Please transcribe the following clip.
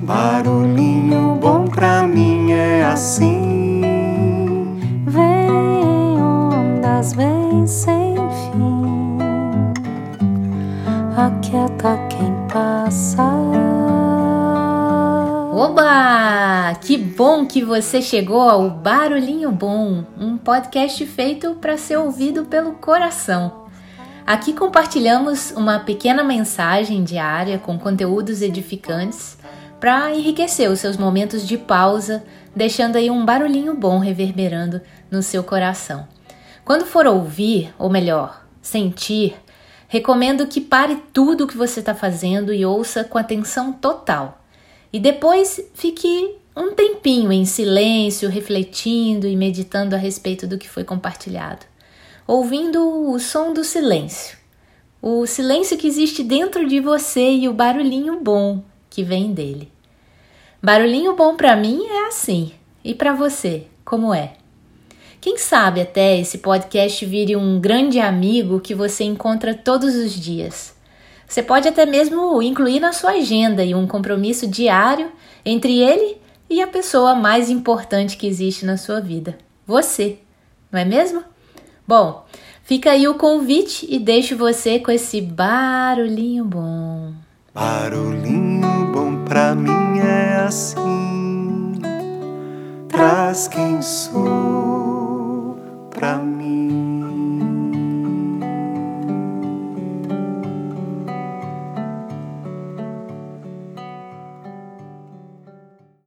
Barulhinho bom pra mim é assim. Vem ondas, vem sem fim, aquieta quem passa. Oba! Que bom que você chegou ao Barulhinho Bom, um podcast feito para ser ouvido pelo coração. Aqui compartilhamos uma pequena mensagem diária com conteúdos edificantes para enriquecer os seus momentos de pausa, deixando aí um barulhinho bom reverberando no seu coração. Quando for ouvir, ou melhor, sentir, recomendo que pare tudo o que você está fazendo e ouça com atenção total. E depois fique um tempinho em silêncio, refletindo e meditando a respeito do que foi compartilhado, ouvindo o som do silêncio, o silêncio que existe dentro de você e o barulhinho bom que vem dele. Barulhinho bom para mim é assim, e para você, como é? Quem sabe até esse podcast vire um grande amigo que você encontra todos os dias. Você pode até mesmo incluir na sua agenda um compromisso diário entre ele e a pessoa mais importante que existe na sua vida, você, não é mesmo? Bom, fica aí o convite e deixo você com esse barulhinho bom. Barulhinho bom pra mim é assim. Traz quem sou pra mim.